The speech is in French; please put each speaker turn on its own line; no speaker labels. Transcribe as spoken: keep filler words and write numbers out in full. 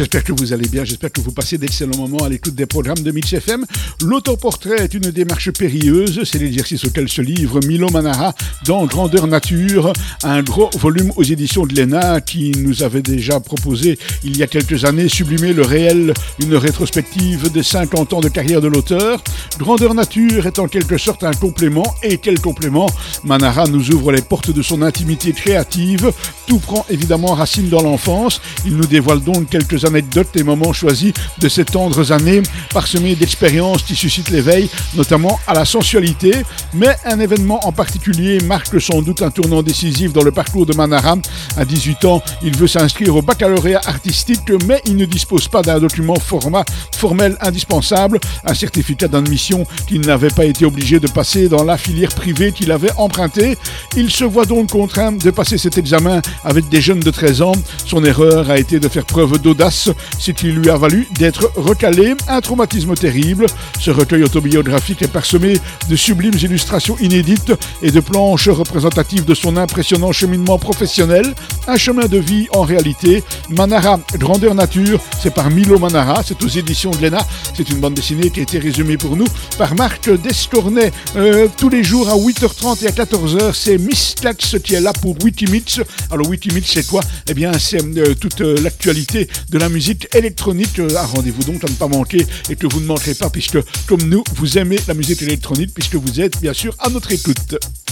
J'espère que vous allez bien, j'espère que vous passez d'excellents moments à l'écoute des programmes de Mix F M. L'autoportrait est une démarche périlleuse, c'est l'exercice auquel se livre Milo Manara dans Grandeur Nature, un gros volume aux éditions de l'E N A qui nous avait déjà proposé il y a quelques années Sublimer le réel, une rétrospective des cinquante ans de carrière de l'auteur. Grandeur Nature est en quelque sorte un complément, et quel complément! Manara nous ouvre les portes de son intimité créative, tout prend évidemment racine dans l'enfance, il nous dévoile donc quelques anecdotes et moments choisis de ces tendres années, parsemés d'expériences qui suscitent l'éveil, notamment à la sensualité, mais un événement en particulier marque sans doute un tournant décisif dans le parcours de Manara. À dix-huit ans, il veut s'inscrire au baccalauréat artistique, mais il ne dispose pas d'un document format, formel indispensable, un certificat d'admission qu'il n'avait pas été obligé de passer dans la filière privée qu'il avait empruntée. Il se voit donc contraint de passer cet examen avec des jeunes de treize ans. Son erreur a été de faire preuve d'audace, ce qui lui a valu d'être recalé. Un traumatisme terrible. Ce recueil autobiographique est parsemé de sublimes illustrations inédites et de planches représentatives de son impressionnant cheminement professionnel. Un chemin de vie en réalité. Manara, Grandeur Nature, c'est par Milo Manara, c'est aux éditions de l'E N A. C'est une bande dessinée qui a été résumée pour nous par Marc Descornet. Euh, tous les jours à huit heures trente et à quatorze heures, c'est Miss Clax qui est là pour Wikimeets. Alors Wikimeets, c'est quoi? Eh bien, c'est euh, toute euh, l'actualité de la musique électronique. Euh, ah, rendez-vous donc à ne pas manquer et que vous ne manquerez pas, puisque comme nous, vous aimez la musique électronique, puisque vous êtes bien sûr à notre écoute.